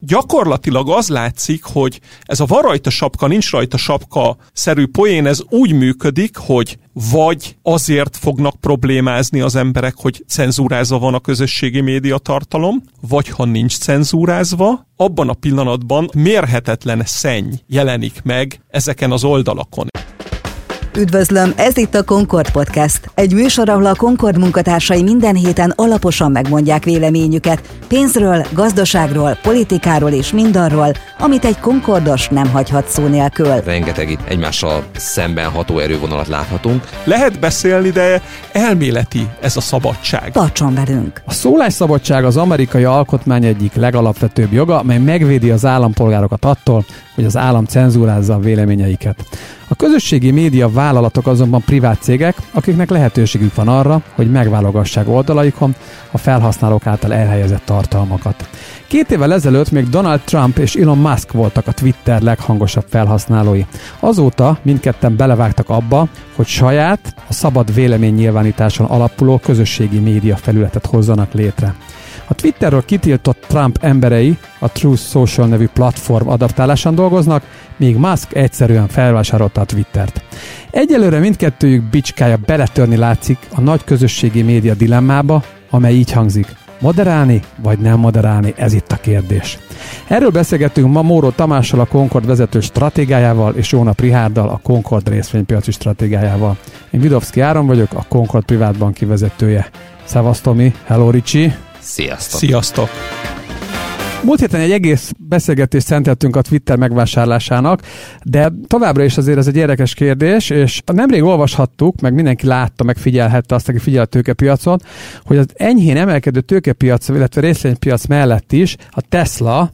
gyakorlatilag az látszik, hogy ez a van rajta sapka, nincs rajta sapka szerű poén, ez úgy működik, hogy vagy azért fognak problémázni az emberek, hogy cenzúrázva van a közösségi média tartalom, vagy ha nincs cenzúrázva, abban a pillanatban mérhetetlen szenny jelenik meg ezeken az oldalakon. Üdvözlöm, ez itt a Concord Podcast. Egy műsor, ahol a Concord munkatársai minden héten alaposan megmondják véleményüket pénzről, gazdaságról, politikáról és mindarról, amit egy Concordos nem hagyhat szó nélkül. Rengeteg itt egymással szemben ható erővonalat láthatunk. Lehet beszélni, de elméleti ez a szabadság. Tartson velünk! A szólásszabadság az amerikai alkotmány egyik legalapvetőbb joga, mely megvédi az állampolgárokat attól, hogy az állam cenzúrázza a véleményeiket. A közösségi média vállalatok azonban privát cégek, akiknek lehetőségük van arra, hogy megválogassák oldalaikon a felhasználók által elhelyezett tartalmakat. 2 évvel ezelőtt még Donald Trump és Elon Musk voltak a Twitter leghangosabb felhasználói. Azóta mindketten belevágtak abba, hogy saját, a szabad véleménynyilvánításon alapuló közösségi média felületet hozzanak létre. A Twitterről kitiltott Trump emberei a Truth Social nevű platform adaptálásán dolgoznak, míg Musk egyszerűen felvásárolta a Twittert. Egyelőre mindkettőjük bicskája beletörni látszik a nagy közösségi média dilemmába, amely így hangzik: moderálni vagy nem moderálni, ez itt a kérdés. Erről beszélgettünk ma Móró Tamással, a Concord vezető stratégiájával, és Jónap Richárddal, a Concord részvénypiaci stratégiájával. Én Vidovszky Áron vagyok, a Concord privátbanki vezetője. Szevasz Tomi, hello Ricsi! Sziasztok! Sziasztok! Múlt héten egy egész beszélgetést szenteltünk a Twitter megvásárlásának, de továbbra is azért ez egy érdekes kérdés, és nemrég olvashattuk, meg mindenki látta, meg figyelhette azt, aki figyel a tőkepiacon, hogy az enyhén emelkedő tőkepiac, illetve részvénypiac mellett is a Tesla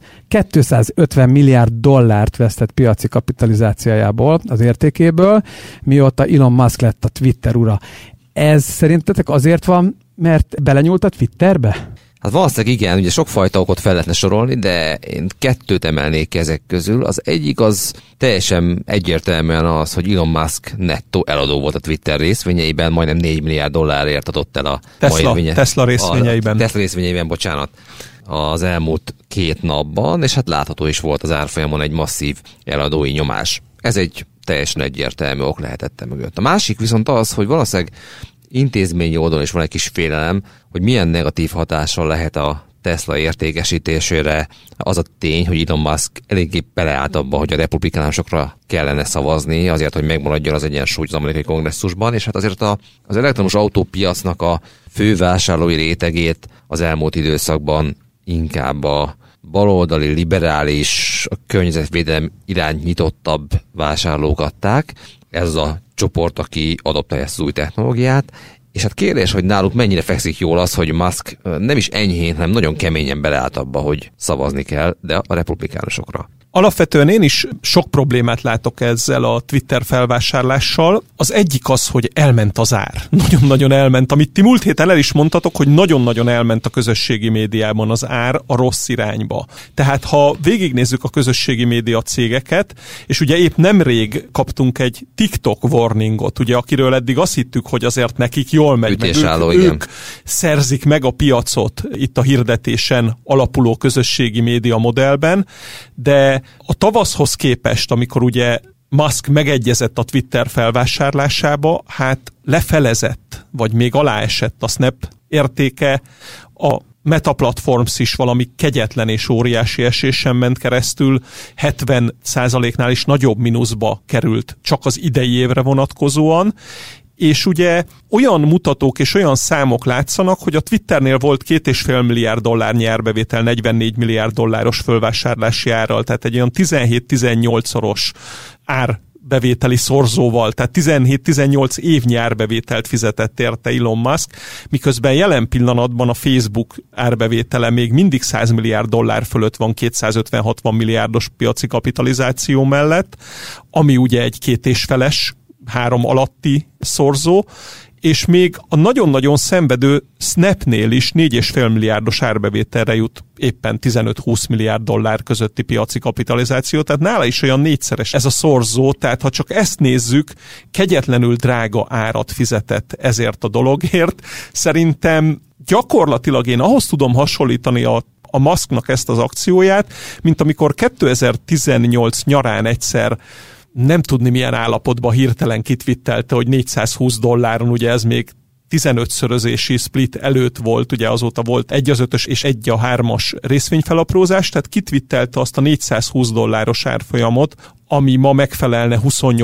$250 milliárd vesztett piaci kapitalizációjából, az értékéből, mióta Elon Musk lett a Twitter ura. Ez szerintetek azért van, mert belenyúlt a Twitterbe? Hát valószínűleg igen, ugye sokfajta okot fel lehetne sorolni, de én 2 emelnék ki ezek közül. Az egyik az teljesen egyértelműen az, hogy Elon Musk nettó eladó volt a Twitter részvényeiben, majdnem $4 milliárd adott el a Tesla részvényeiben. Tesla részvényeiben, bocsánat, az elmúlt 2 napban, és hát látható is volt az árfolyamon egy masszív eladói nyomás. Ez egy teljesen egyértelmű ok lehetett mögött. A másik viszont az, hogy valószínűleg intézményi oldalon is van egy kis félelem, hogy milyen negatív hatással lehet a Tesla értékesítésére az a tény, hogy Elon Musk eléggé beleállt abba, hogy a republikánusokra kellene szavazni, azért, hogy megmaradjon az egyensúly az amerikai kongresszusban, és hát azért az elektromos autópiacnak a fő vásárlói rétegét az elmúlt időszakban inkább a baloldali, liberális, a környezetvédelem iránt nyitottabb vásárlók adták. Ez az a csoport, aki adoptálja ezt az új technológiát, és hát kérdés, hogy náluk mennyire fekszik jól az, hogy Musk nem is enyhén, hanem nagyon keményen beleállt abba, hogy szavazni kell, de a republikánusokra. Alapvetően én is sok problémát látok ezzel a Twitter felvásárlással. Az egyik az, hogy elment az ár. Nagyon-nagyon elment. Amit ti múlt héten el is mondtatok, hogy nagyon-nagyon elment a közösségi médiában az ár a rossz irányba. Tehát ha végignézzük a közösségi média cégeket, és ugye épp nemrég kaptunk egy TikTok warningot, ugye, akiről eddig azt hittük, hogy azért nekik jól megy, meg ők szerzik meg a piacot itt a hirdetésen alapuló közösségi média modellben, de a tavaszhoz képest, amikor ugye Musk megegyezett a Twitter felvásárlásába, hát lefelezett, vagy még aláesett a Snap értéke, a Meta Platforms is valami kegyetlen és óriási esésen ment keresztül, 70%-nál is nagyobb mínuszba került csak az idei évre vonatkozóan, és ugye olyan mutatók és olyan számok látszanak, hogy a Twitternél volt $2,5 milliárd árbevétel, $44 milliárd fölvásárlási árral, tehát egy olyan 17-18-szoros árbevételi szorzóval, tehát 17-18 évnyi árbevételt fizetett érte Elon Musk, miközben jelen pillanatban a Facebook árbevétele még mindig $100 milliárd fölött van 250-60 milliárdos piaci kapitalizáció mellett, ami ugye egy 2,5-es 3 alatti szorzó, és még a nagyon-nagyon szenvedő Snapnél is $4,5 milliárdos árbevételre jut éppen 15-20 milliárd dollár közötti piaci kapitalizáció, tehát nála is olyan 4-szeres ez a szorzó, tehát ha csak ezt nézzük, kegyetlenül drága árat fizetett ezért a dologért. Szerintem gyakorlatilag én ahhoz tudom hasonlítani a Musknak ezt az akcióját, mint amikor 2018 nyarán egyszer nem tudni milyen állapotban hirtelen kitvittelte, hogy $420, ugye ez még 15-szörözési split előtt volt, ugye azóta volt 1/5 és 1/3 részvényfelaprózás, tehát kitvittelte azt a $420 árfolyamot, ami ma megfelelne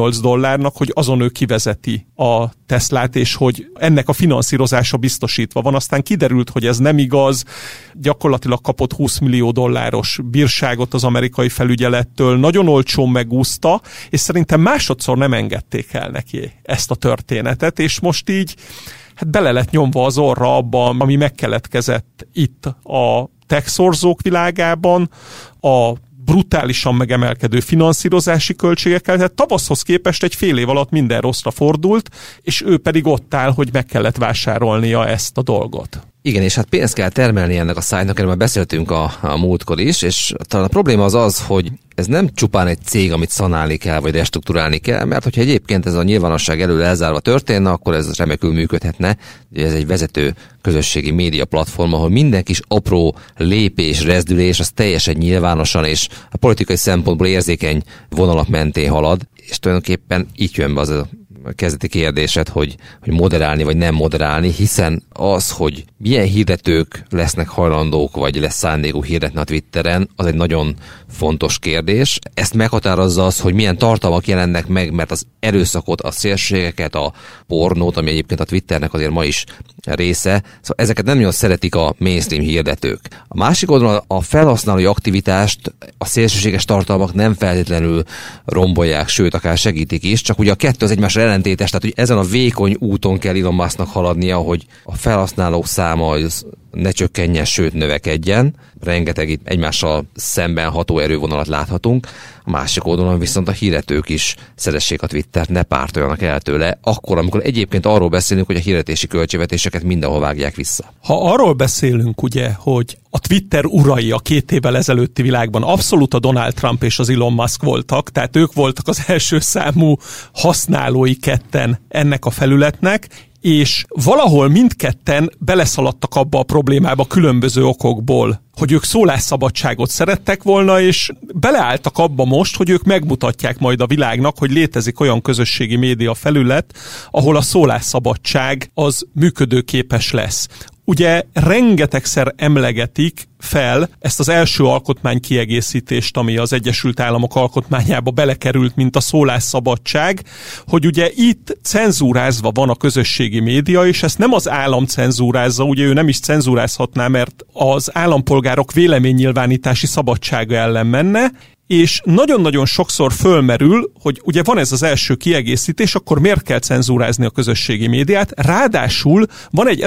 $28, hogy azon ő kivezeti a Teslát, és hogy ennek a finanszírozása biztosítva van. Aztán kiderült, hogy ez nem igaz, gyakorlatilag kapott $20 millió bírságot az amerikai felügyelettől, nagyon olcsón megúszta, és szerintem másodszor nem engedték el neki ezt a történetet, és most így bele lett nyomva az orra abban, ami megkeletkezett itt a tech szorzók világában, a brutálisan megemelkedő finanszírozási költségekkel, tehát tavaszhoz képest egy fél év alatt minden rosszra fordult, és ő pedig ott áll, hogy meg kellett vásárolnia ezt a dolgot. Igen, és hát pénzt kell termelni ennek a szájtnak, erről már beszéltünk a múltkor is, és talán a probléma az, hogy ez nem csupán egy cég, amit szanálni kell, vagy restruktúrálni kell, mert hogyha egyébként ez a nyilvánosság elől elzárva történne, akkor ez remekül működhetne. Ez egy vezető közösségi média platform, ahol minden kis apró lépés, rezdülés, az teljesen nyilvánosan és a politikai szempontból érzékeny vonalak mentén halad, és tulajdonképpen így jön be az a kezdeti kérdésed, hogy moderálni vagy nem moderálni, hiszen az, hogy milyen hirdetők lesznek hajlandók, vagy lesz szándékú hirdetni a Twitteren, az egy nagyon fontos kérdés. Ezt meghatározza az, hogy milyen tartalmak jelennek meg, mert az erőszakot, a szélsőségeket, a pornót, ami egyébként a Twitternek azért ma is része, szóval ezeket nem nagyon szeretik a mainstream hirdetők. A másik oldalon a felhasználói aktivitást a szélsőséges tartalmak nem feltétlenül rombolják, sőt, akár segítik is, csak ugye a kettő az egymásra ellentétes, tehát hogy ezen a vékony úton kell Elon Musknak haladnia, hogy a felhasználók száma az ne csökkenjen, sőt növekedjen. Rengeteg itt egymással szemben ható erővonalat láthatunk. A másik oldalon viszont a hirdetők is szeressék a Twittert, ne pártoljanak el tőle, akkor, amikor egyébként arról beszélünk, hogy a hirdetési költségvetéseket mindenhol vágják vissza. Ha arról beszélünk, ugye, hogy a Twitter urai a 2 évvel ezelőtti világban abszolút a Donald Trump és az Elon Musk voltak, tehát ők voltak az első számú használói ketten ennek a felületnek, és valahol mindketten beleszaladtak abba a problémába különböző okokból, hogy ők szólásszabadságot szerettek volna, és beleálltak abba most, hogy ők megmutatják majd a világnak, hogy létezik olyan közösségi média felület, ahol a szólásszabadság az működőképes lesz. Ugye rengetegszer emlegetik fel ezt az első alkotmánykiegészítést, ami az Egyesült Államok alkotmányába belekerült, mint a szólásszabadság, hogy ugye itt cenzúrázva van a közösségi média, és ezt nem az állam cenzúrázza, ugye ő nem is cenzúrázhatná, mert az állampolgárok véleménynyilvánítási szabadsága ellen menne, és nagyon-nagyon sokszor fölmerül, hogy ugye van ez az első kiegészítés, akkor miért kell cenzúrázni a közösségi médiát? Ráadásul van egy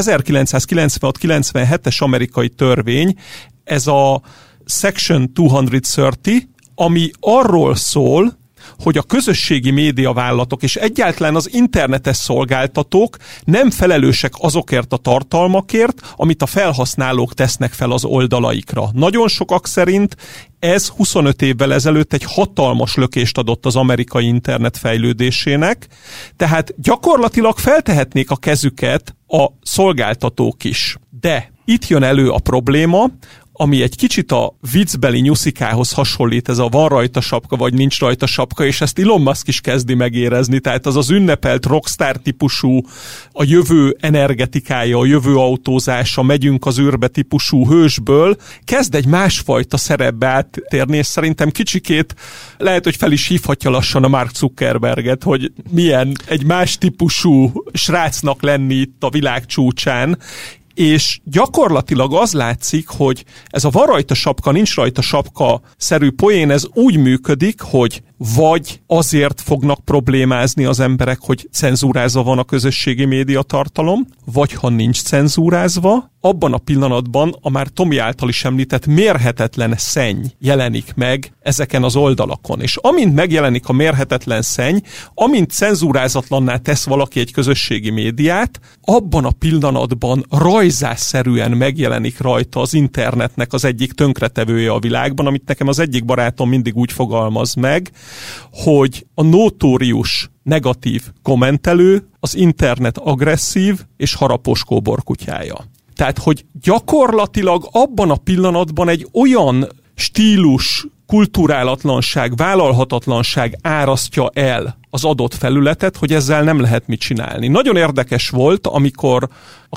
1996-97-es amerikai törvény, ez a Section 230, ami arról szól, hogy a közösségi médiavállalatok és egyáltalán az internetes szolgáltatók nem felelősek azokért a tartalmakért, amit a felhasználók tesznek fel az oldalaikra. Nagyon sokak szerint ez 25 évvel ezelőtt egy hatalmas lökést adott az amerikai internet fejlődésének, tehát gyakorlatilag feltehetnék a kezüket a szolgáltatók is. De itt jön elő a probléma, ami egy kicsit a viccbeli nyuszikához hasonlít, ez a van rajta sapka, vagy nincs rajta sapka, és ezt Elon Musk is kezdi megérezni, tehát az ünnepelt rockstar típusú, a jövő energetikája, a jövő autózása, megyünk az űrbe típusú hősből, kezd egy másfajta szerepbe áttérni, és szerintem kicsikét lehet, hogy fel is hívhatja lassan a Mark Zuckerberget, hogy milyen egy más típusú srácnak lenni itt a világ csúcsán, és gyakorlatilag az látszik, hogy ez a van rajta sapka, nincs rajta sapka szerű poén, ez úgy működik, hogy vagy azért fognak problémázni az emberek, hogy cenzúrázva van a közösségi média tartalom, vagy ha nincs cenzúrázva, abban a pillanatban a már Tomi által is említett mérhetetlen szenny jelenik meg ezeken az oldalakon. És amint megjelenik a mérhetetlen szenny, amint cenzúrázatlanná tesz valaki egy közösségi médiát, abban a pillanatban rajzásszerűen megjelenik rajta az internetnek az egyik tönkretevője a világban, amit nekem az egyik barátom mindig úgy fogalmaz meg, hogy a notórius negatív kommentelő az internet agresszív és harapós kóborkutyája. Tehát, hogy gyakorlatilag abban a pillanatban egy olyan stílus, kulturálatlanság, vállalhatatlanság árasztja el az adott felületet, hogy ezzel nem lehet mit csinálni. Nagyon érdekes volt, amikor a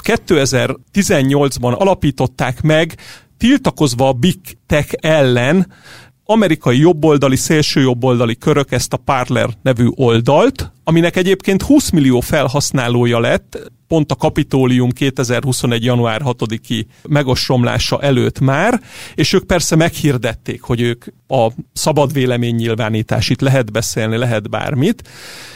2018-ban alapították meg, tiltakozva a Big Tech ellen, amerikai jobboldali, szélsőjobboldali körök ezt a Parler nevű oldalt, aminek egyébként 20 millió felhasználója lett, pont a Kapitólium 2021. január 6-i megosromlása előtt már, és ők persze meghirdették, hogy ők a szabad véleménynyilvánítás, itt lehet beszélni, lehet bármit,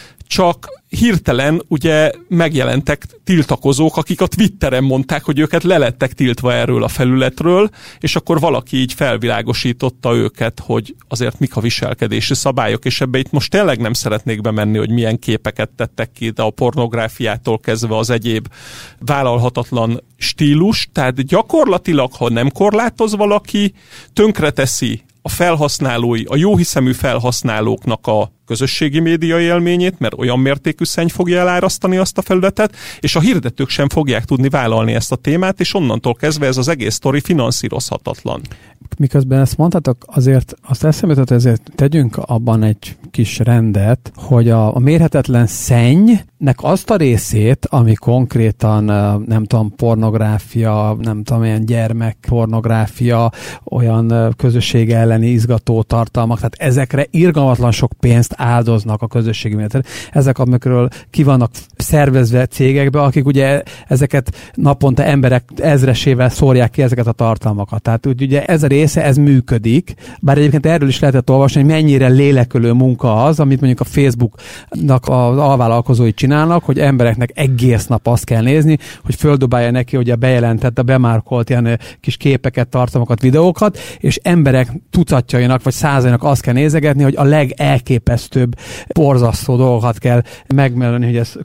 csak hirtelen ugye megjelentek tiltakozók, akik a Twitteren mondták, hogy őket lelettek tiltva erről a felületről, és akkor valaki így felvilágosította őket, hogy azért mik a viselkedési szabályok, és ebbe itt most tényleg nem szeretnék bemenni, hogy milyen képeket tettek ki, de a pornográfiától kezdve az egyéb vállalhatatlan stílus, tehát gyakorlatilag, ha nem korlátoz valaki, tönkreteszi a felhasználói, a jóhiszemű felhasználóknak a közösségi média élményét, mert olyan mértékű szenny fogja elárasztani azt a felületet, és a hirdetők sem fogják tudni vállalni ezt a témát, és onnantól kezdve ez az egész sztori finanszírozhatatlan. Miközben ezt mondhatok, azért azt eszembe jutott, ezért tegyünk abban egy kis rendet, hogy a mérhetetlen szennynek azt a részét, ami konkrétan, nem tudom, pornográfia, nem tudom, ilyen gyermekpornográfia, olyan közösség elleni izgató tartalmak, tehát ezekre irgalmatlan sok pénzt áldoznak a közösségi médiát. Ezek, amikről ki vannak szervezve cégekbe, akik ugye ezeket naponta emberek ezresével szórják ki ezeket a tartalmakat. Tehát ugye ez a része, ez működik, bár egyébként erről is lehetett olvasni, hogy mennyire lélekölő munka az, amit mondjuk a Facebooknak az alvállalkozói csinálnak, hogy embereknek egész nap azt kell nézni, hogy földobálja neki, hogy a bejelentett, a bemárkolt ilyen kis képeket, tartalmakat, videókat, és emberek tucatjainak vagy százainak azt kell nézegetni, hogy a legelképesztőbb, borzasztó dolgokat kell megmelölni, hogy ez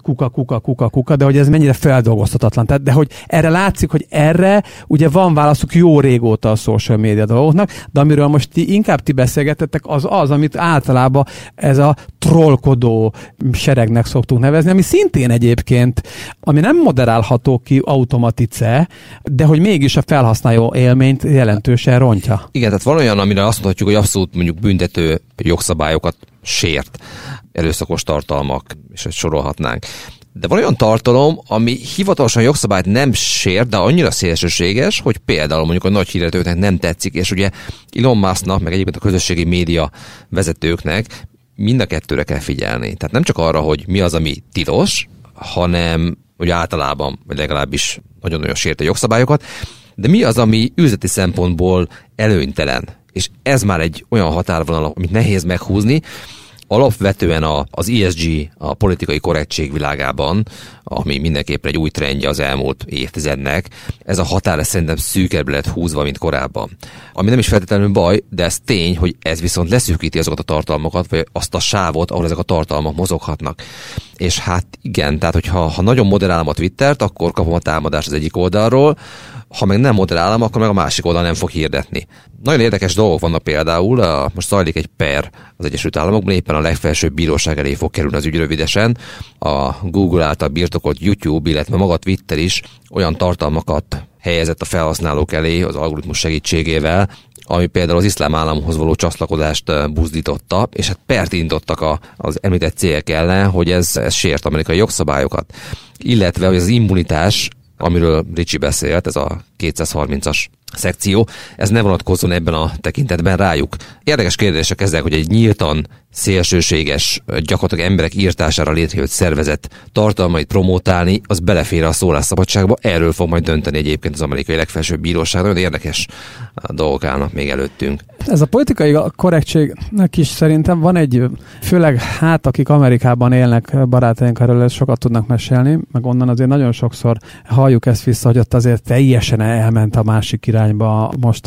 kuka, de hogy ez mennyire feldolgozhatatlan. Tehát, de hogy erre látszik, hogy erre ugye van válaszuk jó régóta a social media dolgoknak, de amiről most inkább ti beszélgetettek, az, amit általában ez a trollkodó seregnek szoktunk nevezni, ami szintén egyébként, ami nem moderálható ki automatice, de hogy mégis a felhasználó élményt jelentősen rontja. Igen, tehát van olyan, amire azt mondhatjuk, hogy abszolút mondjuk büntető jogszabályokat sért, erőszakos tartalmak, és ezt sorolhatnánk. De van olyan tartalom, ami hivatalosan jogszabályt nem sért, de annyira szélsőséges, hogy például mondjuk a nagy hirdetőknek nem tetszik, és ugye Elon Musknak, meg egyébként a közösségi média vezetőknek mind a kettőre kell figyelni. Tehát nem csak arra, hogy mi az, ami tilos, hanem hogy általában, vagy legalábbis nagyon-nagyon sérti a jogszabályokat, de mi az, ami üzleti szempontból előnytelen. És ez már egy olyan határvonal, amit nehéz meghúzni. Alapvetően az ESG, a politikai korrektség világában, ami mindenképpen egy új trendje az elmúlt évtizednek, ez a határ szerintem szűkebb lett húzva, mint korábban. Ami nem is feltétlenül baj, de ez tény, hogy ez viszont leszűkíti azokat a tartalmakat, vagy azt a sávot, ahol ezek a tartalmak mozoghatnak. És hát igen, tehát hogyha nagyon moderálom a Twittert, akkor kapom a támadást az egyik oldalról, ha meg nem moderálom, akkor meg a másik oldal nem fog hirdetni. Nagyon érdekes dolgok vannak például, most zajlik egy per az Egyesült Államokban, éppen a legfelsőbb bíróság elé fog kerülni az ügy rövidesen. A Google által birtokolt YouTube, illetve maga Twitter is olyan tartalmakat helyezett a felhasználók elé az algoritmus segítségével, ami például az iszlám államhoz való csatlakozást buzdította, és hát pert indítottak az említett cégek ellen, hogy ez sért amerikai jogszabályokat. Illetve, hogy az immunitás, amiről Ricsi beszélt, ez a 230-as szekció, ez ne vonatkozzon ebben a tekintetben rájuk. Érdekes kérdések ezek, hogy egy nyíltan szélsőséges, gyakorlatilag emberek írtására létrejött szervezet tartalmait promotálni, az belefér a szólásszabadságba. Erről fog majd dönteni egyébként az amerikai legfelsőbb bíróság. Nagyon érdekes dolgok állnak még előttünk. Ez a politikai korrektségnek is szerintem van egy, főleg akik Amerikában élnek, barátaink erről sokat tudnak mesélni, meg onnan azért nagyon sokszor halljuk ezt vissza, hogy ott azért teljesen elment a másik irányba most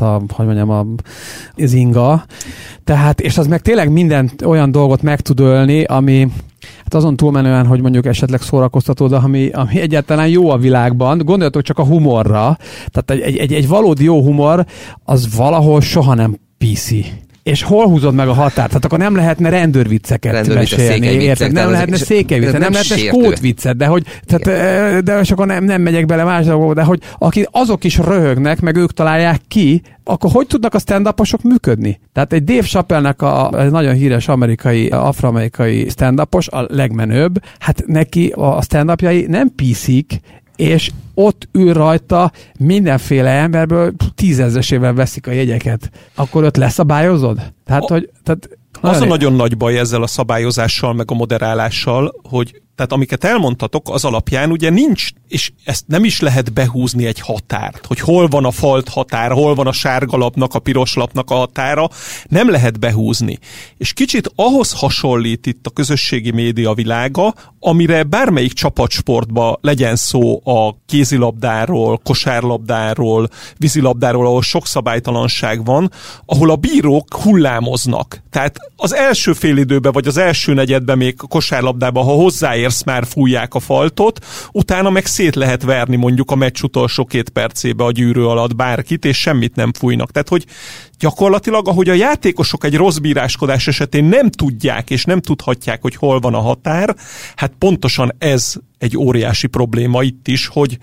az inga. Tehát, és az meg tényleg minden olyan dolgot meg tud ölni, ami hát azon túlmenően, hogy mondjuk esetleg szórakoztató, de ami egyáltalán jó a világban. Gondoljatok csak a humorra. Tehát egy valódi jó humor, az valahol soha nem PC. És hol húzod meg a határt? Tehát akkor nem lehetne rendőrvicceket mesélni, érted? Nem lehetne székelyviccet, nem lehetne skótviccet, de és akkor nem megyek bele más dolgokba, de hogy azok is röhögnek, meg ők találják ki, akkor hogy tudnak a stand-uposok működni? Tehát egy Dave Chappelle-nek a nagyon híres afroamerikai stand-upos, a legmenőbb, hát neki a stand-upjai nem piszik, és ott ül rajta mindenféle emberből 10 000-esével veszik a jegyeket. Akkor ott leszabályozod? Az a nagyon nagy baj ezzel a szabályozással, meg a moderálással, hogy tehát amiket elmondtatok, az alapján ugye nincs, és ezt nem is lehet behúzni egy határt, hogy hol van a falt határ, hol van a sárga lapnak, a piros lapnak a határa, nem lehet behúzni. És kicsit ahhoz hasonlít itt a közösségi média világa, amire bármelyik csapatsportban legyen szó a kézilabdáról, kosárlabdáról, vízilabdáról, ahol sok szabálytalanság van, ahol a bírók hullámoznak. Tehát az első félidőben, vagy az első negyedben még a kosárlabdában, ha hozzáérsz, már fújják a faltot, utána meg szét lehet verni mondjuk a meccs utolsó 2 percébe a gyűrű alatt bárkit, és semmit nem fújnak. Tehát, hogy gyakorlatilag, ahogy a játékosok egy rossz bíráskodás esetén nem tudják, és nem tudhatják, hogy hol van a határ, hát pontosan ez egy óriási probléma itt is, hogy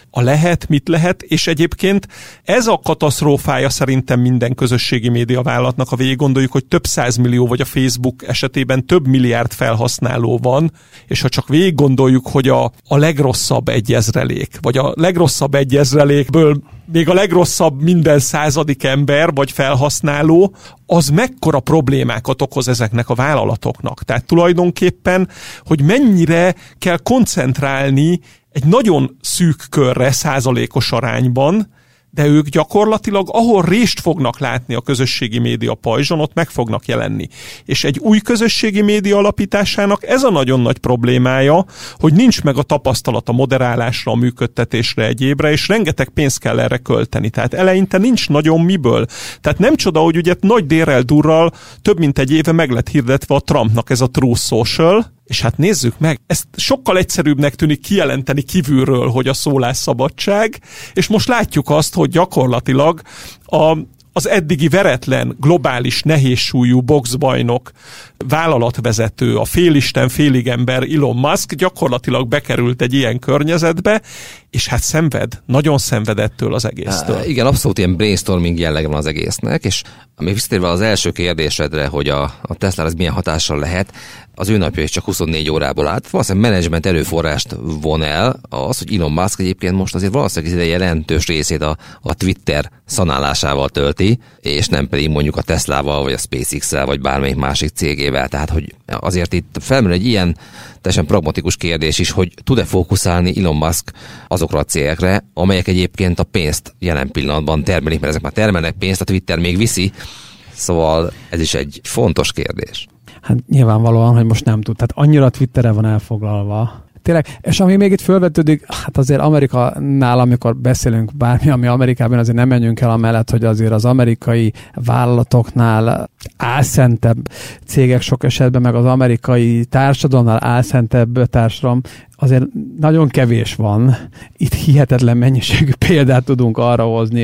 mit lehet, és egyébként ez a katasztrófája szerintem minden közösségi média vállalatnak, ha végig gondoljuk, hogy több 100 millió, vagy a Facebook esetében több milliárd felhasználó van, és ha csak végig gondoljuk, hogy a legrosszabb 1000, vagy a legrosszabb 1000-ből még a legrosszabb minden 100. ember vagy felhasználó, az mekkora problémákat okoz ezeknek a vállalatoknak. Tehát tulajdonképpen, hogy mennyire kell koncentrálni egy nagyon szűk körre, százalékos arányban, de ők gyakorlatilag, ahol rést fognak látni a közösségi média pajzson, ott meg fognak jelenni. És egy új közösségi média alapításának ez a nagyon nagy problémája, hogy nincs meg a tapasztalat a moderálásra, a működtetésre, egyébre, és rengeteg pénzt kell erre költeni. Tehát eleinte nincs nagyon miből. Tehát nem csoda, hogy ugye nagy dérrel durral több mint egy éve meg lett hirdetve a Trumpnak ez a Truth Social, és hát nézzük meg, ezt sokkal egyszerűbbnek tűnik kijelenteni kívülről, hogy a szólásszabadság, és most látjuk azt, hogy gyakorlatilag az eddigi veretlen, globális, nehézsúlyú boxbajnok, vállalatvezető, a félisten, féligember Elon Musk gyakorlatilag bekerült egy ilyen környezetbe, és hát nagyon szenved ettől az egésztől. Igen, abszolút ilyen brainstorming jellege van az egésznek, és még visszatérve az első kérdésedre, hogy a Tesla az milyen hatással lehet, az ő napja is csak 24 órából állt. Valószínűleg menedzsment erőforrást von el az, hogy Elon Musk egyébként most azért valószínűleg egy jelentős részét a Twitter szanálásával tölti, és nem pedig mondjuk a Teslával, vagy a SpaceX-el, vagy bármelyik másik cégével. Tehát, hogy azért itt felmerül egy ilyen teljesen pragmatikus kérdés is, hogy tud-e fókuszálni Elon Musk azokra a cégekre, amelyek egyébként a pénzt jelen pillanatban termelik, mert ezek már termelnek pénzt, a Twitter még viszi. Szóval ez is egy fontos kérdés. Hát nyilvánvalóan, hogy most nem tud. Tehát annyira Twitterre van elfoglalva. Tényleg, és ami még itt felvetődik, hát azért Amerikánál, amikor beszélünk bármi, ami Amerikában, azért nem menjünk el amellett, hogy azért az amerikai vállalatoknál álszentebb cégek sok esetben, meg az amerikai társadalomnál álszentebb társadalom, azért nagyon kevés van. Itt hihetetlen mennyiségű példát tudunk arra hozni,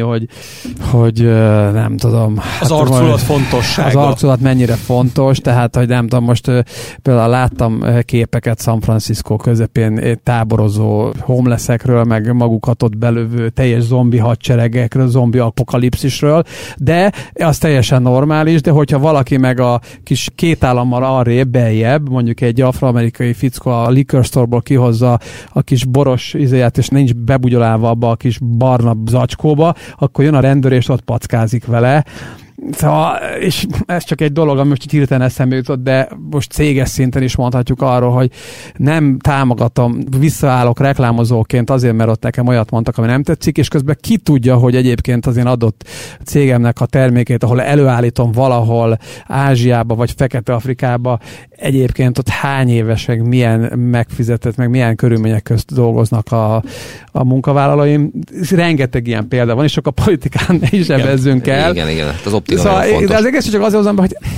hogy nem tudom. Az arculat fontossága. Az arculat mennyire fontos, tehát, hogy nem tudom, most például láttam képeket San Francisco közepén táborozó homelessekről, meg magukat ott belövő teljes zombi hadseregekről, zombi apokalipszisről, de az teljesen normális, de hogyha valaki meg a kis 2 állammal arrébb, beljebb, mondjuk egy afroamerikai fickó a liquor store-ból kihozza a kis boros izéját, és nincs bebugyolálva abba a kis barna zacskóba, akkor jön a rendőr, és ott packázik vele. Szóval, és ez csak egy dolog, ami most hirtelen eszembe jutott, de most céges szinten is mondhatjuk arról, hogy nem támogatom, visszaállok reklámozóként azért, mert ott nekem olyat mondtak, ami nem tetszik, és közben ki tudja, hogy egyébként az én adott cégemnek a termékét, ahol előállítom valahol Ázsiába vagy Fekete-Afrikába, egyébként ott hány évesek, milyen megfizetett, meg milyen körülmények közt dolgoznak a munkavállalóim. Rengeteg ilyen példa van, és csak a politikán ne is evezzünk el. Igen, az optikai szóval, de az egész csak azért hozom be, hogy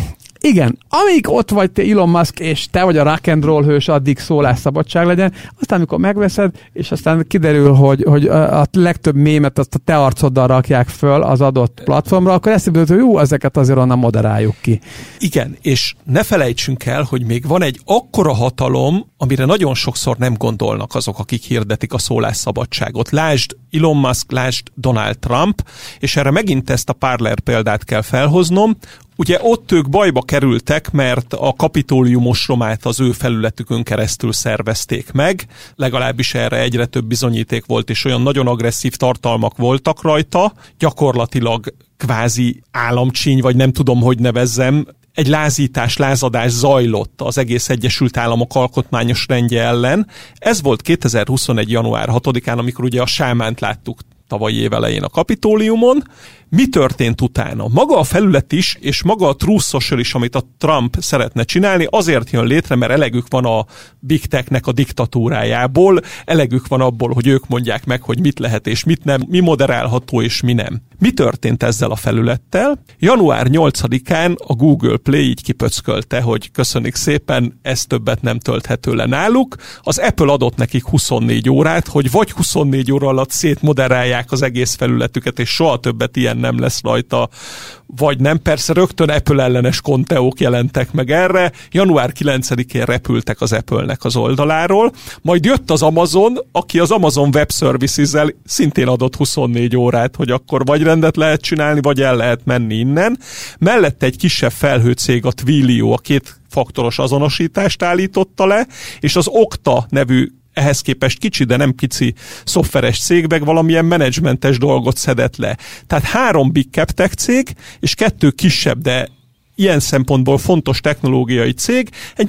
Igen, amíg ott vagy te Elon Musk, és te vagy a rock and roll hős, addig szólásszabadság legyen, aztán amikor megveszed, és aztán kiderül, hogy a legtöbb mémet azt a te arcoddal rakják föl az adott platformra, akkor eszébe, hogy jó, ezeket azért onnan moderáljuk ki. Igen, és ne felejtsünk el, hogy még van egy akkora hatalom, amire nagyon sokszor nem gondolnak azok, akik hirdetik a szólásszabadságot. Lásd Elon Musk, lásd Donald Trump, és erre megint ezt a Parler példát kell felhoznom. Ugye ott ők bajba kerültek, mert a Kapitólium ostromát az ő felületükön keresztül szervezték meg, legalábbis erre egyre több bizonyíték volt, és olyan nagyon agresszív tartalmak voltak rajta, gyakorlatilag kvázi államcsíny, vagy nem tudom, hogy nevezzem, egy lázadás zajlott az egész Egyesült Államok alkotmányos rendje ellen. Ez volt 2021. január 6-án, amikor ugye a sámánt láttuk tavalyi év elején a Kapitóliumon. Mi történt utána? Maga a felület is, és maga a Truth Social is, amit a Trump szeretne csinálni, azért jön létre, mert elegük van a Big Technek a diktatúrájából, elegük van abból, hogy ők mondják meg, hogy mit lehet és mit nem, mi moderálható és mi nem. Mi történt ezzel a felülettel? Január 8-án a Google Play így kipöckölte, hogy köszönik szépen, ez többet nem tölthető le náluk. Az Apple adott nekik 24 órát, hogy vagy 24 óra alatt szétmoderálják az egész felületüket, és soha többet ilyen nem lesz rajta, vagy nem. Persze rögtön Apple ellenes konteók jelentek meg erre. Január 9-én repültek az Apple-nek az oldaláról. Majd jött az Amazon, aki az Amazon Web Services-zel szintén adott 24 órát, hogy akkor vagy rendet lehet csinálni, vagy el lehet menni innen. Mellette egy kisebb felhőcég, a Twilio, a 2 faktoros azonosítást állította le, és az Okta nevű ehhez képest kicsi, de nem kici szoftveres cégnek valamilyen menedzsmentes dolgot szedett le. Tehát 3 big cap tech cég, és 2 kisebb, de ilyen szempontból fontos technológiai cég egy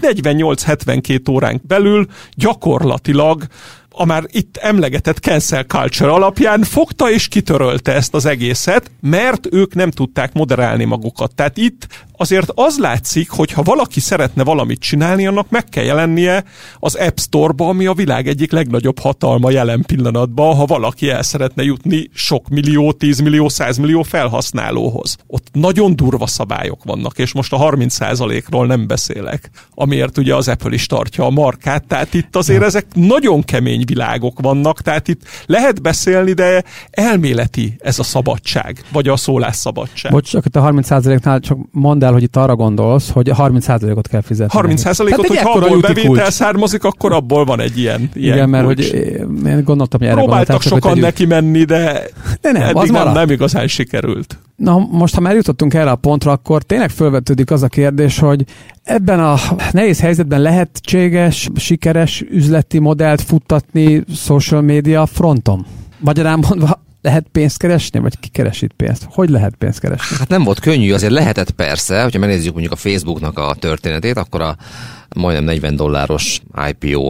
48-72 órán belül gyakorlatilag a már itt emlegetett cancel culture alapján fogta és kitörölte ezt az egészet, mert ők nem tudták moderálni magukat. Tehát itt azért az látszik, hogy ha valaki szeretne valamit csinálni, annak meg kell jelennie az App Store-ba, ami a világ egyik legnagyobb hatalma jelen pillanatban, ha valaki el szeretne jutni sok millió, 10 millió, 100 millió felhasználóhoz. Ott nagyon durva szabályok vannak, és most a 30%-ról nem beszélek, amiért ugye az Apple is tartja a markát, tehát itt azért ezek nagyon kemény világok vannak, tehát itt lehet beszélni, de elméleti ez a szabadság, vagy a szólásszabadság. Bocs, csak itt a 30%-nál csak mondd el, hogy itt arra gondolsz, hogy 30%-ot kell fizetni. 30%-ot, hogy ha abból bevétel származik, akkor abból van egy ilyen igen, mert hogy én gondoltam, hogy erre próbáltak sokan neki menni, de eddig nem igazán sikerült. Na, most ha már jutottunk erre a pontra, akkor tényleg felvetődik az a kérdés, hogy ebben a nehéz helyzetben lehetséges, sikeres üzleti modellt futtatni social media fronton? Magyarán mondva, lehet pénzt keresni, vagy ki keres itt pénzt? Hogy lehet pénzt keresni? Hát nem volt könnyű, azért lehetett persze, hogyha megnézzük mondjuk a Facebooknak a történetét, akkor a majdnem $40 IPO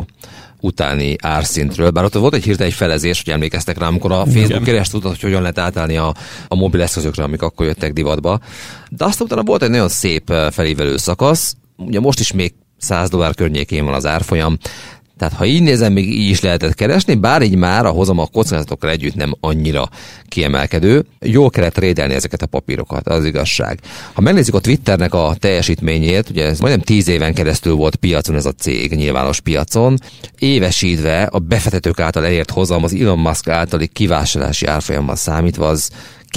utáni árszintről, bár ott volt egy hirtelen egy felezés, hogy emlékeztek rá, amikor a Facebook keresztül tudott, hogy hogyan lehet átállni a mobileszközökre, amik akkor jöttek divatba. De aztán utána volt egy nagyon szép felévelő szakasz, ugye most is még $100 környékén van az árfolyam, tehát ha így nézem, még így is lehetett keresni, bár így már a hozam a kockázatokkal együtt nem annyira kiemelkedő. Jól kellett trédelni ezeket a papírokat, az igazság. Ha megnézzük a Twitternek a teljesítményét, ugye ez majdnem 10 éven keresztül volt piacon ez a cég, nyilvános piacon, évesítve a befektetők által elért hozam az Elon Musk általi kivásárlási árfolyammal számítva az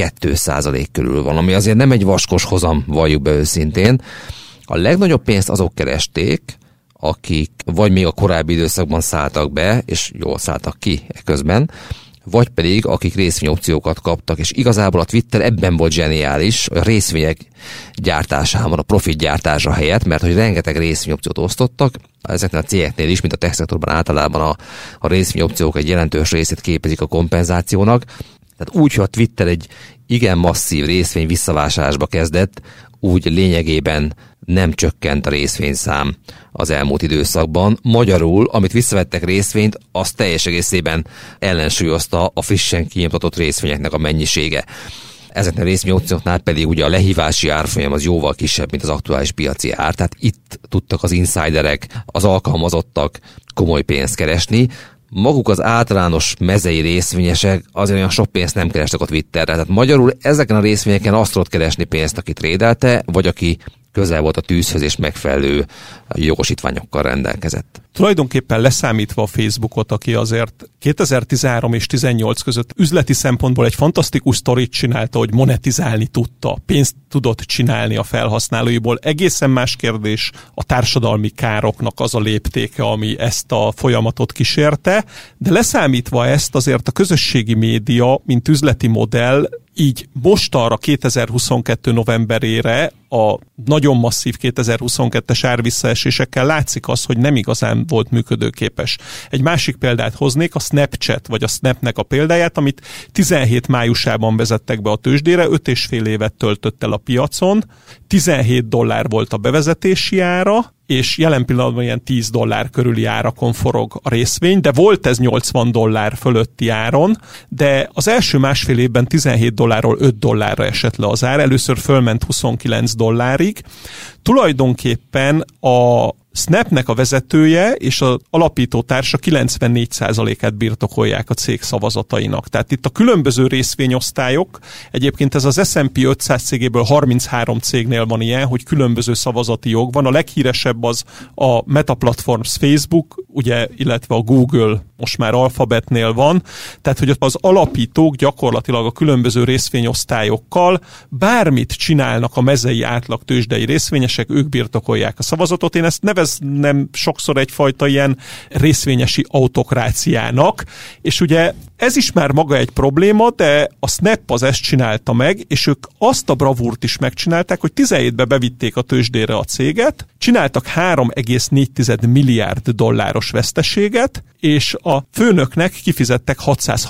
2% körül van, ami azért nem egy vaskos hozam, valljuk be őszintén. A legnagyobb pénzt azok keresték, akik vagy még a korábbi időszakban szálltak be, és jól szálltak ki közben, vagy pedig akik részvényopciókat kaptak, és igazából a Twitter ebben volt zseniális, a részvények gyártásában, a profit gyártása helyett, mert hogy rengeteg részvényopciót osztottak, ezeknél a cégeknél is, mint a tech szektorban általában a részvényopciók egy jelentős részét képezik a kompenzációnak. Tehát úgy, hogy a Twitter egy igen masszív részvény visszavásárlásba kezdett, úgy lényegében nem csökkent a részvényszám az elmúlt időszakban. Magyarul, amit visszavettek részvényt, az teljes egészében ellensúlyozta a frissen kinyomtatott részvényeknek a mennyisége. Ezeknek a részvényopcióknál pedig ugye a lehívási árfolyam az jóval kisebb, mint az aktuális piaci ár, tehát itt tudtak az insiderek, az alkalmazottak komoly pénzt keresni. Maguk az általános mezei részvényesek azért olyan sok pénzt nem kerestek a Twitterre. Tehát magyarul ezeken a részvényeken azt tudott keresni pénzt, aki trédelte, vagy aki közel volt a tűzhöz és megfelelő jogosítványokkal rendelkezett. Tulajdonképpen leszámítva a Facebookot, aki azért 2013 és 2018 között üzleti szempontból egy fantasztikus sztorit csinálta, hogy monetizálni tudta, pénzt tudott csinálni a felhasználóiból. Egészen más kérdés a társadalmi károknak az a léptéke, ami ezt a folyamatot kísérte, de leszámítva ezt azért a közösségi média, mint üzleti modell, így mostanra 2022 novemberére a nagyon masszív 2022-es árvisszaesésekkel látszik az, hogy nem igazán volt működőképes. Egy másik példát hoznék, a Snapchat, vagy a Snapnek a példáját, amit 17 májusában vezettek be a tőzsdére, 5,5 évet töltött el a piacon, $17 volt a bevezetési ára, és jelen pillanatban ilyen $10 körüli árakon forog a részvény, de volt ez $80 fölötti áron, de az első másfél évben $17-ról $5 esett le az ár, először fölment $29-ig. Tulajdonképpen a Snapnek a vezetője és az alapító társa 94%-át birtokolják a cég szavazatainak. Tehát itt a különböző részvényosztályok, egyébként ez az S&P 500 cégéből 33 cégnél van ilyen, hogy különböző szavazati jog van. A leghíresebb az a Meta Platforms Facebook, ugye, illetve a Google most már Alphabetnél van. Tehát, hogy az alapítók gyakorlatilag a különböző részvényosztályokkal bármit csinálnak a mezei átlag tőzsdei részvényesek, ők birtokolják a szavazatot. Én ezt nevezném sokszor egyfajta ilyen részvényesi autokráciának, és ugye ez is már maga egy probléma, de a Snap az ezt csinálta meg, és ők azt a bravúrt is megcsinálták, hogy 17-be bevitték a tőzsdére a céget, csináltak $3,4 milliárd veszteséget, és a főnöknek kifizettek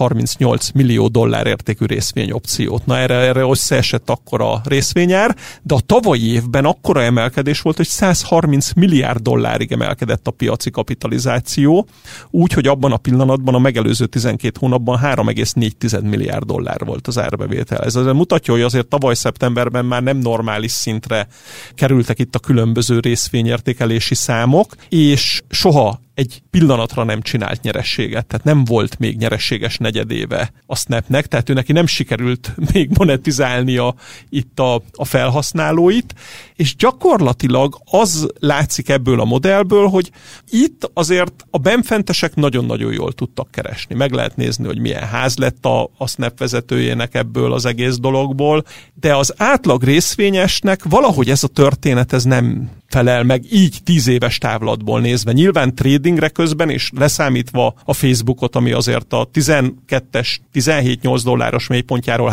$638 millió értékű részvényopciót. Na erre összeesett akkor a részvényár, de a tavalyi évben akkora emelkedés volt, hogy $130 milliárd emelkedett a piaci kapitalizáció, úgy, hogy abban a pillanatban a megelőző 12 hónapban $3,4 milliárd volt az árbevétel. Ez azért mutatja, hogy azért tavaly szeptemberben már nem normális szintre kerültek itt a különböző részvényértékelési számok, és soha egy pillanatra nem csinált nyerességet, tehát nem volt még nyerességes negyedéve a Snapnek, tehát ő neki nem sikerült még monetizálnia itt a felhasználóit, és gyakorlatilag az látszik ebből a modellből, hogy itt azért a benfentesek nagyon-nagyon jól tudtak keresni. Meg lehet nézni, hogy milyen ház lett a Snap vezetőjének ebből az egész dologból, de az átlag részvényesnek valahogy ez a történet ez nem felel meg így 10 éves távlatból nézve. Nyilván tradingre közben, és leszámítva a Facebookot, ami azért a 12-es, $17-8 mélypontjáról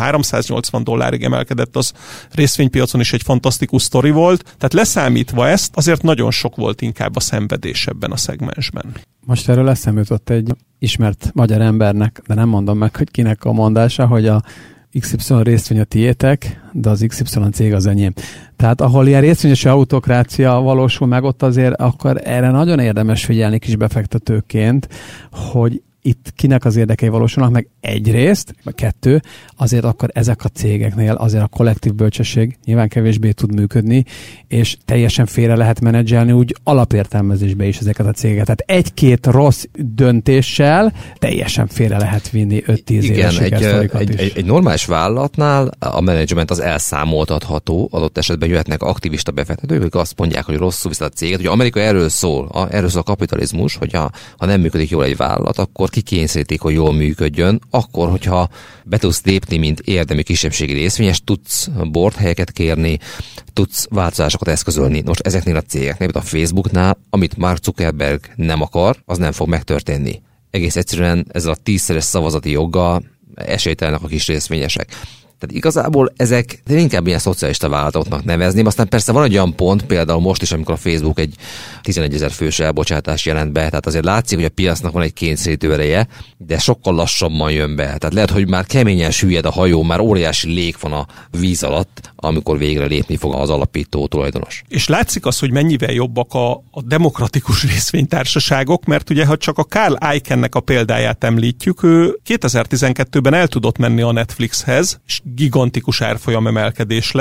$380 emelkedett, az részvénypiacon is egy fantasztikus sztori volt. Tehát leszámítva ezt, azért nagyon sok volt inkább a szenvedés ebben a szegmensben. Most erről eszembe jutott egy ismert magyar embernek, de nem mondom meg, hogy kinek a mondása, hogy a XY részvény a tiétek, de az XY cég az enyém. Tehát ahol ilyen részvényesi autokrácia valósul meg, ott azért akkor erre nagyon érdemes figyelni kis befektetőként, hogy itt kinek az érdekei valósulnak meg egyrészt, vagy kettő, azért akkor ezek a cégeknél azért a kollektív bölcsesség nyilván kevésbé tud működni, és teljesen félre lehet menedzselni úgy alapértelmezésbe is ezeket a cégeket. Tehát egy-két rossz döntéssel teljesen félre lehet vinni 5-10 éves sikersztorikat is. Egy normális vállalatnál a menedzsment az elszámoltatható, adott esetben jöhetnek aktivista befektetők, akik azt mondják, hogy rosszul viszont a céget. Ugye Amerika erről szól a kapitalizmus, hogy ha nem működik jól egy vállalat, akkor kikényszerítik, hogy jól működjön, akkor, hogyha be tudsz lépni, mint érdemi kisebbségi részvényes, tudsz boardhelyeket kérni, tudsz változásokat eszközölni. Most ezeknél a cégeknél, mint a Facebooknál, amit Mark Zuckerberg nem akar, az nem fog megtörténni. Egész egyszerűen ezzel a 10-szeres szavazati joggal esélytelenek a kis részvényesek. Tehát igazából ezek inkább ilyen szocialista vállalatoknak nevezném. Aztán persze van egy olyan pont, például most is, amikor a Facebook egy 11 000 fős elbocsátás jelent be, tehát azért látszik, hogy a piacnak van egy kényszerítő ereje, de sokkal lassabban jön be. Tehát lehet, hogy már keményen süllyed a hajó, már óriási lég van a víz alatt, amikor végre lépni fog az alapító tulajdonos. És látszik az, hogy mennyivel jobbak a demokratikus részvénytársaságok, mert ugye, ha csak a Carl Icahn-nek a példáját említjük, ő 2012-ben el tudott menni a Netflixhez, és gigantikus árfolyam emelkedés lett,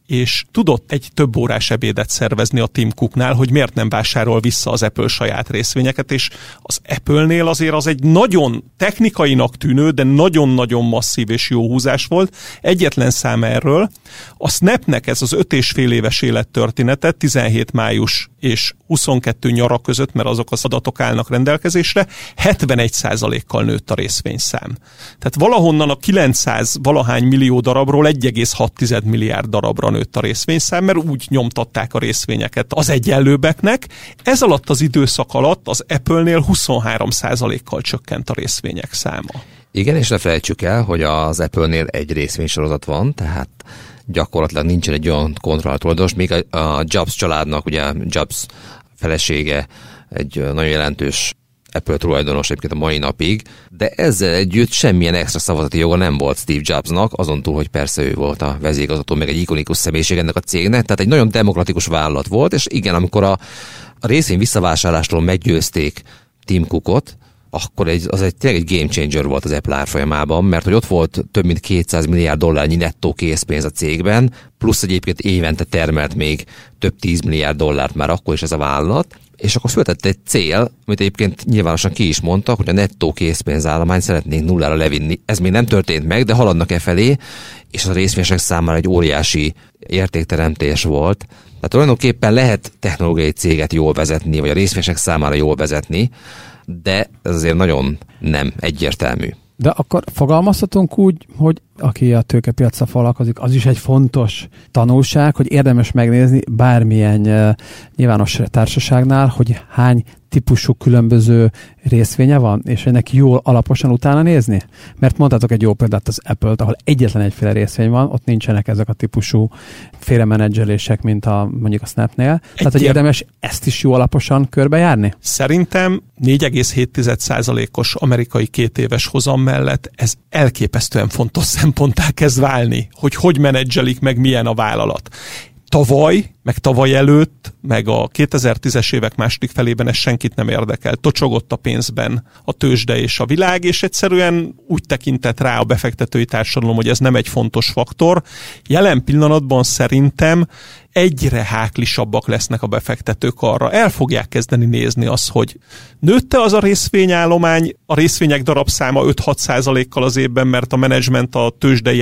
és tudott egy több órás ebédet szervezni a Tim Cooknál, hogy miért nem vásárol vissza az Apple saját részvényeket, és az Apple-nél azért az egy nagyon technikainak tűnő, de nagyon-nagyon masszív és jó húzás volt. Egyetlen szám erről. A Snapnek ez az 5,5 éves élettörténete 17 május és 22 nyara között, mert azok az adatok állnak rendelkezésre, 71%-kal nőtt a részvényszám. Tehát valahonnan a 900 valahány millió darabról 1,6 milliárd darabra nőtt a részvényszám, mert úgy nyomtatták a részvényeket az egyenlőbbeknek. Ez alatt az időszak alatt az Apple-nél 23%-kal csökkent a részvények száma. Igen, és ne felejtsük el, hogy az Apple-nél egy részvénysorozat van, tehát gyakorlatilag nincsen egy olyan kontrolltulajdonos, még a Jobs családnak, ugye Jobs felesége egy nagyon jelentős Apple tulajdonos egyébként a mai napig, de ezzel együtt semmilyen extra szavazati joga nem volt Steve Jobsnak, azon túl, hogy persze ő volt a vezérigazgató, meg egy ikonikus személyiség ennek a cégnek, tehát egy nagyon demokratikus vállalat volt, és igen, amikor a részvény visszavásárlásról meggyőzték Tim Cookot, akkor tényleg egy game changer volt az Apple árfolyamában, mert hogy ott volt több mint 200 milliárd dollárnyi nettó készpénz a cégben, plusz egyébként évente termelt még több 10 milliárd dollárt már akkor is ez a vállalat, és akkor született egy cél, amit egyébként nyilvánosan ki is mondtak, hogy a nettó készpénzállományt szeretnénk nullára levinni. Ez még nem történt meg, de haladnak e felé, és a részvényesek számára egy óriási értékteremtés volt. Tehát tulajdonképpen lehet technológiai céget jól vezetni, vagy a részvényesek számára jól vezetni, de ez azért nagyon nem egyértelmű. De akkor fogalmazhatunk úgy, hogy aki a tőkepiacra foglalkozik, az is egy fontos tanulság, hogy érdemes megnézni bármilyen nyilvános társaságnál, hogy hány típusú különböző részvénye van, és ennek jól alaposan utána nézni? Mert mondhatok egy jó példát, az Apple-t, ahol egyetlen egyféle részvény van, ott nincsenek ezek a típusú félremenedzselések, mint mondjuk a Snapnél. Tehát, hogy érdemes ezt is jó alaposan körbejárni? Szerintem 4,7%-os amerikai 2 éves hozam mellett ez elképesztően fontos szemponttá kezd válni, hogy menedzselik meg, milyen a vállalat. Tavaly előtt, meg a 2010-es évek második felében ez senkit nem érdekel. Tocsogott a pénzben a tőzsde és a világ, és egyszerűen úgy tekintett rá a befektetői társadalom, hogy ez nem egy fontos faktor. Jelen pillanatban szerintem egyre háklisabbak lesznek a befektetők arra. El fogják kezdeni nézni azt, hogy nőtte az a részvényállomány, a részvények darabszáma 5-6%-kal az évben, mert a menedzsment a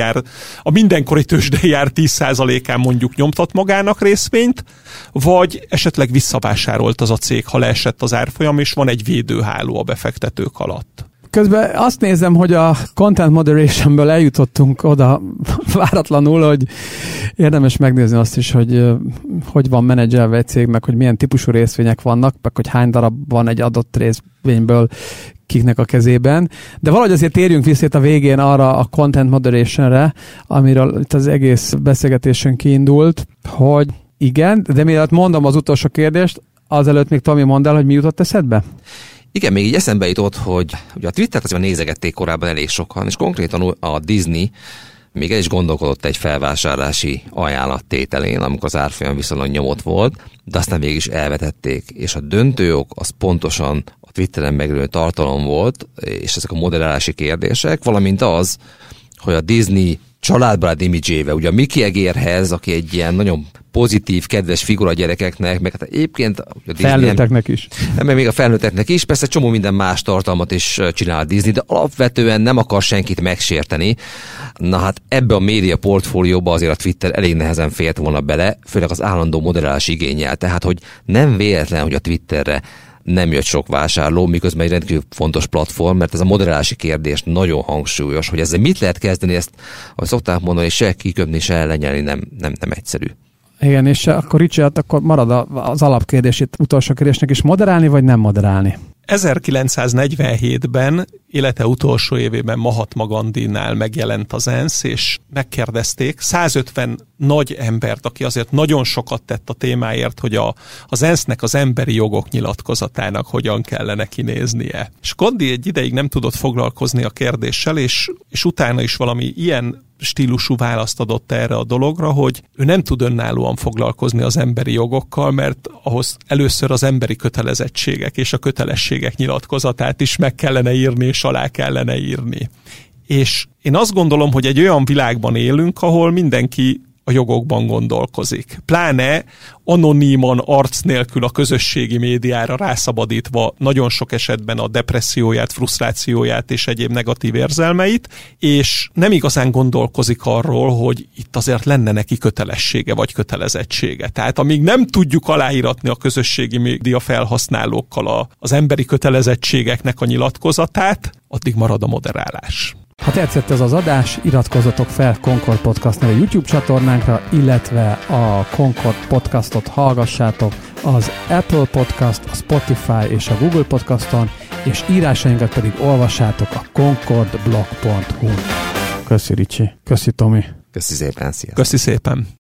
mindenkori tőzsdejár 10%-án mondjuk nyomtat magának részvényt, vagy esetleg visszavásárolt az a cég, ha leesett az árfolyam, és van egy védőháló a befektetők alatt. Közben azt nézem, hogy a content moderationből eljutottunk oda váratlanul, hogy érdemes megnézni azt is, hogy van menedzselve egy cég, meg hogy milyen típusú részvények vannak, meg hogy hány darab van egy adott részvényből kiknek a kezében. De valahogy azért térjünk vissza a végén arra a content moderationre, amiről itt az egész beszélgetésünk kiindult, hogy igen, de mielőtt mondom az utolsó kérdést, azelőtt még Tomi, mondd el, hogy mi jutott eszedbe? Igen, még így eszembe jutott, hogy ugye a Twittert azért nézegették korábban elég sokan, és konkrétan a Disney még el is gondolkodott egy felvásárlási ajánlattételén, amikor az árfolyam viszonylag nyomott volt, de aztán végig is elvetették, és a döntő ok az pontosan a Twitteren megjelenő tartalom volt, és ezek a moderálási kérdések, valamint az, hogy a Disney családbarát imidzsével, ugye a Mickey egérhez, aki egy ilyen nagyon pozitív, kedves figura a gyerekeknek, meg hát egyébként a Disney felnőtteknek is. Meg még a felnőtteknek is, persze csomó minden más tartalmat is csinál a Disney, de alapvetően nem akar senkit megsérteni. Na hát ebbe a média portfólióba azért a Twitter elég nehezen fért volna bele, főleg az állandó moderálási igénnyel. Tehát, hogy nem véletlen, hogy a Twitterre nem jött sok vásárló, miközben egy rendkívül fontos platform, mert ez a moderálási kérdés nagyon hangsúlyos, hogy ezzel mit lehet kezdeni, ezt, ahogy szokták mondani, se kiköpni, se lenyelni nem egyszerű. Igen, és akkor Richard, akkor marad az alapkérdés itt utolsó kérdésnek is, moderálni vagy nem moderálni? 1947-ben, élete utolsó évében Mahatma Gandhinál megjelent az ENSZ, és megkérdezték 150 nagy embert, aki azért nagyon sokat tett a témáért, hogy az ENSZ-nek az emberi jogok nyilatkozatának hogyan kellene kinéznie. És Gandhi egy ideig nem tudott foglalkozni a kérdéssel, és utána is valami ilyen stílusú választ adott erre a dologra, hogy ő nem tud önállóan foglalkozni az emberi jogokkal, mert ahhoz először az emberi kötelezettségek és a kötelességek nyilatkozatát is meg kellene írni, és alá kellene írni. És én azt gondolom, hogy egy olyan világban élünk, ahol mindenki a jogokban gondolkozik. Pláne anoníman, arc nélkül a közösségi médiára rászabadítva nagyon sok esetben a depresszióját, frusztrációját és egyéb negatív érzelmeit, és nem igazán gondolkozik arról, hogy itt azért lenne neki kötelessége vagy kötelezettsége. Tehát amíg nem tudjuk aláíratni a közösségi média felhasználókkal az emberi kötelezettségeknek a nyilatkozatát, addig marad a moderálás. Ha tetszett ez az adás, iratkozzatok fel Concord Podcast nevű YouTube csatornánkra, illetve a Concord Podcastot hallgassátok az Apple Podcast, a Spotify és a Google Podcaston, és írásainkat pedig olvassátok a concordblog.hu-n. Köszi Ricsi, köszi Tomi. Köszi szépen, sziasztok. Köszi szépen.